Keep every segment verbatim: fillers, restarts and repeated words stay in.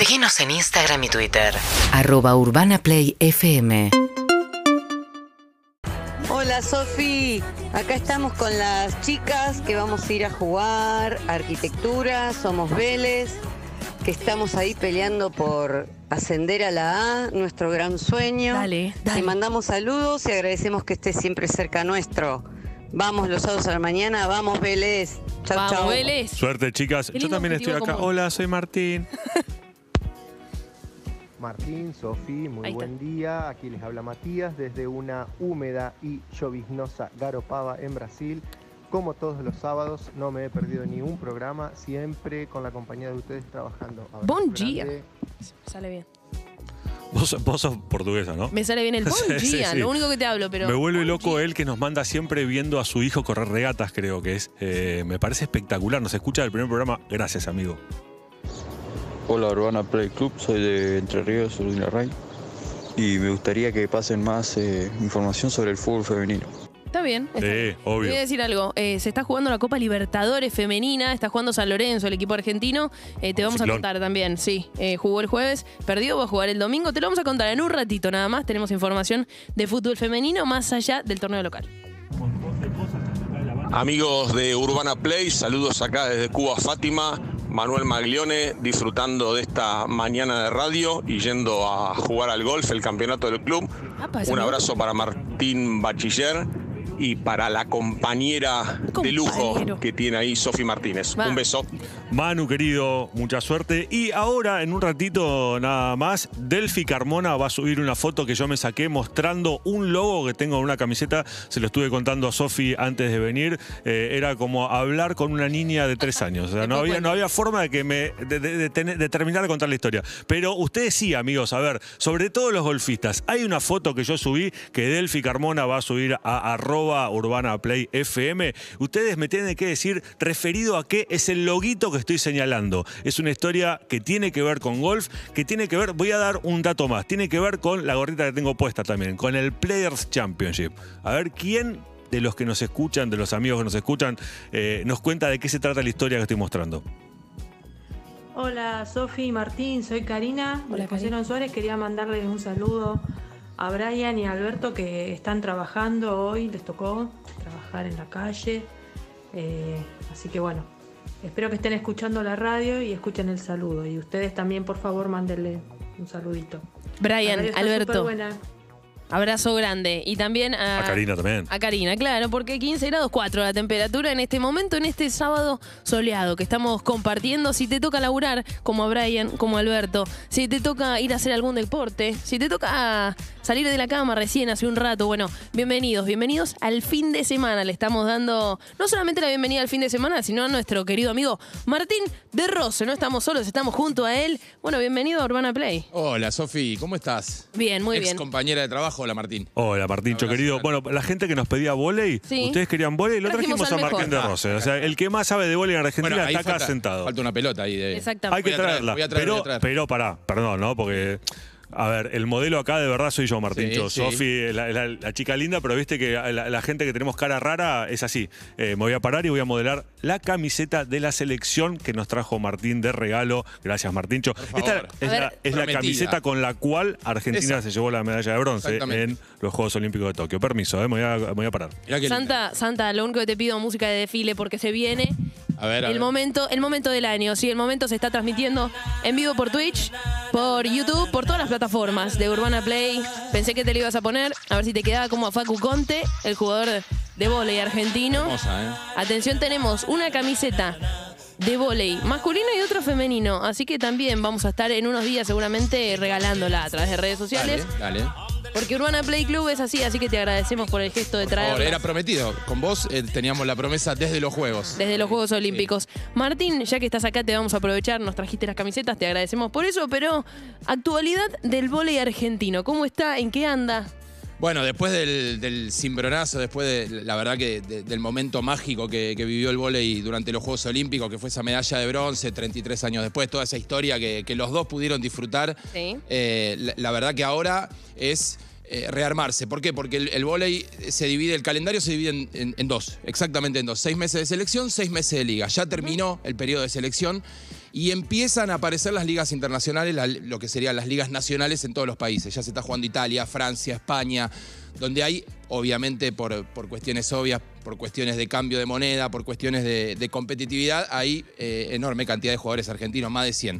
Seguinos en Instagram y Twitter. Arroba Urbana Play F M. Hola Sofi, acá estamos con las chicas que vamos a ir a jugar arquitectura, somos Vélez, que estamos ahí peleando por ascender a la A, nuestro gran sueño. Dale, dale. Te mandamos saludos y agradecemos que estés siempre cerca nuestro. Vamos los sábados a la mañana, vamos Vélez. Chau, Vamos, chau. Vélez. Suerte, chicas. Qué Yo lindo también estoy objetivo acá. común. Hola, soy Martín. Martín, Sofi, muy Ahí está. buen día. Aquí les habla Matías desde una húmeda y lloviznosa Garopaba en Brasil. Como todos los sábados, no me he perdido ni un programa, siempre con la compañía de ustedes trabajando. Abrazo Bon grande. dia. Sale bien. Vos, vos sos portuguesa, ¿no? Me sale bien el bon Sí, sí, día, sí. lo único que te hablo, pero... Me vuelve bon loco dia. él que nos manda siempre viendo a su hijo correr regatas, creo que es. Eh, me parece espectacular. Nos escucha del primer programa. Gracias, amigo. Hola Urbana Play Club, soy de Entre Ríos, Urbina Ray, y me gustaría que pasen más eh, información sobre el fútbol femenino. Está bien. Está Sí, bien. obvio. Voy a decir algo. Eh, se está jugando la Copa Libertadores femenina. Está jugando San Lorenzo, el equipo argentino. Eh, te vamos Ciclón. a contar también. Sí, eh, jugó el jueves, perdió, va a jugar el domingo. Te lo vamos a contar en un ratito nada más. Tenemos información de fútbol femenino más allá del torneo local. Amigos de Urbana Play, saludos acá desde Cuba, Fátima. Manuel Maglione, disfrutando de esta mañana de radio y yendo a jugar al golf, el campeonato del club. Apa, ese Un me abrazo para Martín Bachiller y para la compañera de lujo Compañero. que tiene ahí, Sofi Martínez. Va. Un beso. Manu, querido, mucha suerte. Y ahora, en un ratito nada más, Delphi Carmona va a subir una foto que yo me saqué mostrando un logo que tengo en una camiseta. Se lo estuve contando a Sofi antes de venir. Eh, era como hablar con una niña de tres años. O sea, no Después había, cuento. no había forma de que me de, de- de tener- de terminar de contar la historia. Pero ustedes sí, amigos, a ver, sobre todo los golfistas. Hay una foto que yo subí que Delphi Carmona va a subir a arroba Urbana Play F M. Ustedes me tienen que decir referido a qué es el loguito que estoy señalando. Es una historia que tiene que ver con golf, que tiene que ver, voy a dar un dato más, tiene que ver con la gorrita que tengo puesta también, con el Players Championship. A ver, ¿quién de los que nos escuchan, de los amigos que nos escuchan, eh, nos cuenta de qué se trata la historia que estoy mostrando? Hola Sofi, Martín, soy Karina. Hola, de José Karina. Suárez. Quería mandarles un saludo a Brian y a Alberto que están trabajando hoy, les tocó trabajar en la calle. Eh, así que bueno, espero que estén escuchando la radio y escuchen el saludo. Y ustedes también, por favor, mándenle un saludito. La Brian, radio está Alberto, superbuena. abrazo grande. Y también a... A Karina también. A Karina, claro, porque quince grados cuatro la temperatura en este momento, en este sábado soleado que estamos compartiendo. Si te toca laburar, como a Brian, como a Alberto, si te toca ir a hacer algún deporte, si te toca salir de la cama recién hace un rato, bueno, bienvenidos, bienvenidos al fin de semana. Le estamos dando no solamente la bienvenida al fin de semana, sino a nuestro querido amigo Martín de Rose. No estamos solos, estamos junto a él. Bueno, bienvenido a Urbana Play. Hola, Sofi, ¿cómo estás? Bien, muy Ex bien. compañera de trabajo, hola Martín. Hola, Martíncho, Abrazo querido. grande. Bueno, la gente que nos pedía vóley, Sí. ustedes querían vóley, lo Trajimos trajimos a al Martín de mejor. Rose. O sea, el que más sabe de vóley en Argentina Bueno, ahí está acá falta, sentado. falta una pelota ahí de... Exactamente. Hay que Voy a traer, traerla. voy a traer, pero, voy a traer. pero pará, perdón, ¿no? Porque, a ver, el modelo acá de verdad soy yo, Martíncho. Sí, sí. Sofi, la, la- la chica linda, pero viste que la, la gente que tenemos cara rara es así. Eh, me voy a parar y voy a modelar la camiseta de la selección que nos trajo Martín de regalo. Gracias, Martíncho. Por favor. Esta es, A la, ver. es la Prometida. camiseta con la cual Argentina Esa. se llevó la medalla de bronce Exactamente. en los Juegos Olímpicos de Tokio. Permiso, eh, me, voy a, me voy a parar. Mirá qué linda. Santa, Santa, lo único que te pido música de desfile porque se viene A ver, a el ver. momento, el momento del año. Sí, el momento se está transmitiendo en vivo por Twitch, por YouTube, por todas las plataformas de Urbana Play. Pensé que te lo ibas a poner, a ver si te quedaba como a Facu Conte, el jugador de vóley argentino. Hermosa, ¿eh? Atención, tenemos una camiseta de vóley masculino y otro femenino, así que también vamos a estar en unos días seguramente regalándola a través de redes sociales. Dale, dale. Porque Urbana Play Club es así, así que te agradecemos por el gesto de Por favor, traerla era prometido. Con vos eh, teníamos la promesa desde los Juegos. desde los Juegos Olímpicos. Martín, ya que estás acá te vamos a aprovechar, nos trajiste las camisetas, te agradecemos por eso, pero actualidad del vóley argentino, ¿cómo está? ¿En qué anda? Bueno, después del, del cimbronazo, después de, la verdad que de- del momento mágico que, que vivió el vóley durante los Juegos Olímpicos, que fue esa medalla de bronce, treinta y tres años después, toda esa historia que, que los dos pudieron disfrutar, Sí. eh, la, la verdad que ahora es eh, rearmarse. ¿Por qué? Porque el, el vóley se divide, el calendario se divide en, en- en dos, exactamente en dos. Seis meses de selección, seis meses de liga. Ya terminó el periodo de selección. y empiezan a aparecer las ligas internacionales, la, lo que serían las ligas nacionales en todos los países. Ya se está jugando Italia, Francia, España, donde hay, obviamente, por, por cuestiones obvias, por cuestiones de cambio de moneda, por cuestiones de, de competitividad, hay eh, enorme cantidad de jugadores argentinos, más de cien.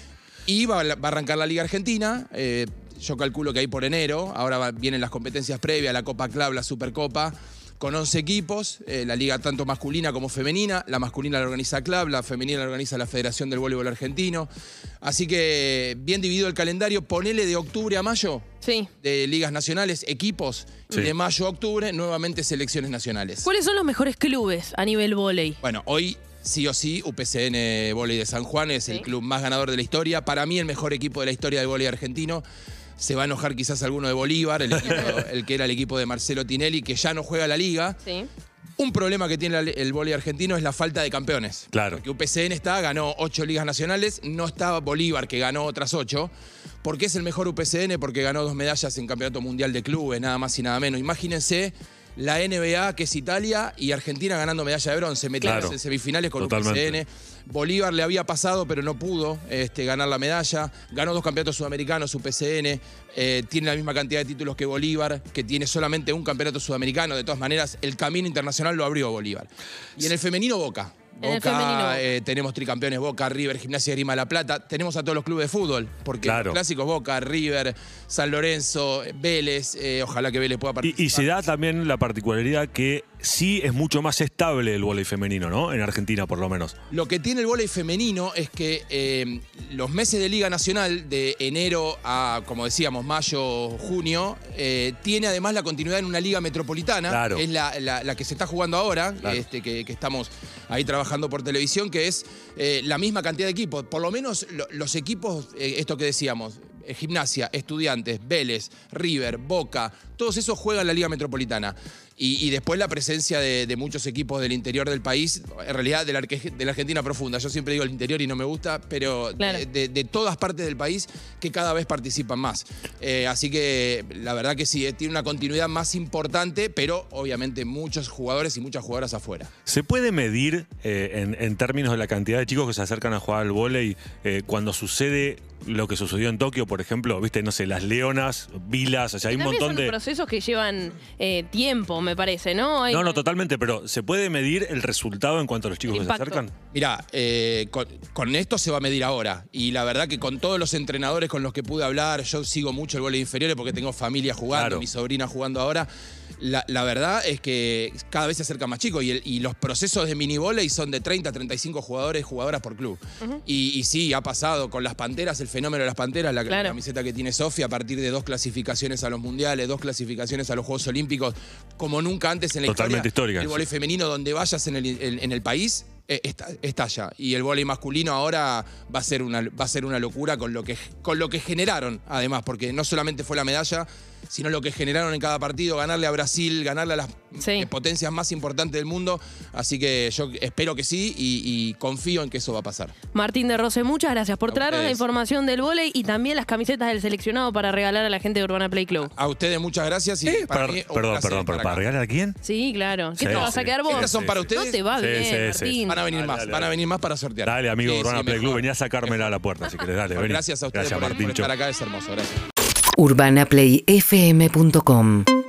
Y va, va a arrancar la Liga Argentina, eh, yo calculo que ahí por enero, ahora va, vienen las competencias previas, la Copa Club, la Supercopa, con once equipos, eh, la liga tanto masculina como femenina. La masculina la organiza Club, la femenina la organiza la Federación del Voleibol Argentino. Así que bien dividido el calendario, ponele de octubre a mayo, sí, de ligas nacionales, equipos, sí, y de mayo a octubre, nuevamente selecciones nacionales. ¿Cuáles son los mejores clubes a nivel vóley? Bueno, hoy sí o sí, U P C N Vóley de San Juan es, ¿sí?, el club más ganador de la historia. Para mí el mejor equipo de la historia del vóley argentino. Se va a enojar quizás alguno de Bolívar, el, equipo, el que era el equipo de Marcelo Tinelli, que ya no juega la liga. Sí. Un problema que tiene el vóley argentino es la falta de campeones. Claro. Porque U P C N está, ganó ocho ligas nacionales, no está Bolívar, que ganó otras ocho. ¿Por qué es el mejor U P C N? Porque ganó dos medallas en Campeonato Mundial de Clubes, nada más y nada menos. Imagínense la N B A, que es Italia, y Argentina ganando medalla de bronce, metiéndose Claro. en semifinales con Totalmente. U P C N. Bolívar le había pasado, pero no pudo este, ganar la medalla. Ganó dos campeonatos sudamericanos, U P C N. Eh, tiene la misma cantidad de títulos que Bolívar, que tiene solamente un campeonato sudamericano. De todas maneras, el camino internacional lo abrió Bolívar. Y en el femenino, Boca. En el femenino, Boca, Boca. eh, tenemos tricampeones Boca, River, Gimnasia de Grima de la Plata. Tenemos a todos los clubes de fútbol, porque Claro. los clásicos Boca, River, San Lorenzo, Vélez, eh, ojalá que Vélez pueda participar. Y, y se da también la particularidad que sí es mucho más estable el vóley femenino, ¿no? En Argentina, por lo menos. Lo que tiene el vóley femenino es que eh, los meses de Liga Nacional, de enero a, como decíamos, mayo, junio, eh, tiene además la continuidad en una liga metropolitana, Claro. que es la, la- la que se está jugando ahora, Claro. este, que, que estamos ahí trabajando por televisión, que es eh, la misma cantidad de equipos. Por lo menos lo- los equipos, eh, esto que decíamos, eh, Gimnasia, Estudiantes, Vélez, River, Boca, todos esos juegan la Liga Metropolitana. Y, y después la presencia de, de muchos equipos del interior del país, en realidad de la, arque- de la Argentina profunda. Yo siempre digo el interior y no me gusta, pero Claro. de, de- de todas partes del país que cada vez participan más. Eh, así que la verdad que sí, eh, tiene una continuidad más importante, pero obviamente muchos jugadores y muchas jugadoras afuera. ¿Se puede medir eh, en, en términos de la cantidad de chicos que se acercan a jugar al vóley eh, cuando sucede lo que sucedió en Tokio, por ejemplo? Viste, no sé, las leonas, vilas, o sea, hay un También montón son de... procesos que llevan eh, tiempo, me parece, ¿no? Hay- No, no, totalmente, pero ¿se puede medir el resultado en cuanto a los chicos El que impacto. se acercan? Mirá, eh, con, con esto se va a medir ahora. Y la verdad que con todos los entrenadores con los que pude hablar, yo sigo mucho el vóley inferiores porque tengo familia jugando, Claro. mi sobrina jugando ahora. La, la verdad es que cada vez se acerca más chicos y, el- y los procesos de mini vóley son de treinta a treinta y cinco jugadores, jugadoras por club. y, y sí, ha pasado con las Panteras, el fenómeno de las Panteras, la, Claro. la camiseta que tiene Sofía, a partir de dos clasificaciones a los mundiales, dos clasificaciones a los Juegos Olímpicos, como nunca antes en la Totalmente historia. históricas. El vóley femenino, donde vayas en el, en- en el país, eh, está, estalla. Y el vóley masculino ahora va a ser una, va a ser una locura con lo, que, con lo que generaron, además, porque no solamente fue la medalla, sino lo que generaron en cada partido, ganarle a Brasil, ganarle a las Sí. eh, potencias más importantes del mundo. Así que yo espero que sí y, y confío en que eso va a pasar. Martín de Rose, muchas gracias por A traernos la ustedes. información del vóley y también las camisetas del seleccionado para regalar a la gente de Urbana Play Club. A ustedes muchas gracias y Eh, para per- mí, un perdón, placer perdón, estar pero ¿para acá. regalar a quién? Sí, claro. ¿Qué Sí, te vas sí. a quedar vos? Estas son para Sí, ustedes. No te va Sí, bien, sí, sí. Martín. Van a venir Dale, más, dale, van a dale. venir más para sortear. Dale, amigo Sí, Urbana sí, Play Club, mejor. vení a sacármela a la puerta si querés, dale, Bueno, vení. gracias a ustedes Gracias, por, por Martín. estar acá, es hermoso, gracias. urbanaplayfm punto com